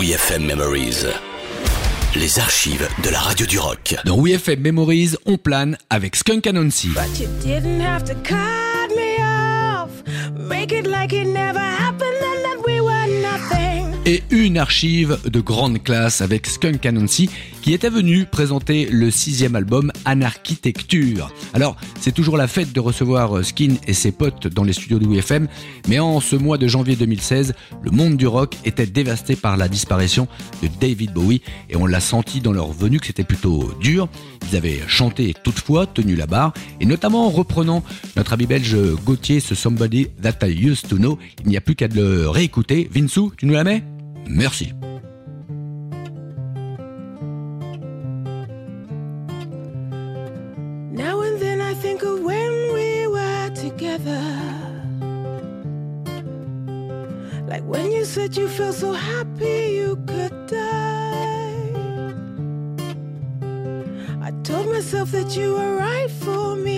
WeFM Memories. Les archives de la radio du rock. Dans WeFM Memories, on plane avec Skunk Anansie. But you didn't have to cut me off. Make it like it never happened and that we were nothing. Et une archive de grande classe avec Skunk Anansie qui était venu présenter le 6e album Anarchitecture. Alors, c'est toujours la fête de recevoir Skin et ses potes dans les studios de WeFM, mais en ce mois de janvier 2016, le monde du rock était dévasté par la disparition de David Bowie et on l'a senti dans leur venue que c'était plutôt dur. Ils avaient chanté toutefois, tenu la barre, et notamment en reprenant notre ami belge Gauthier, ce Somebody That I Used To Know. Il n'y a plus qu'à le réécouter. Vinsou, tu nous la mets ? Merci. Now and then I think of when we were together. Like when you said you felt so happy you could die. I told myself that you were right for me.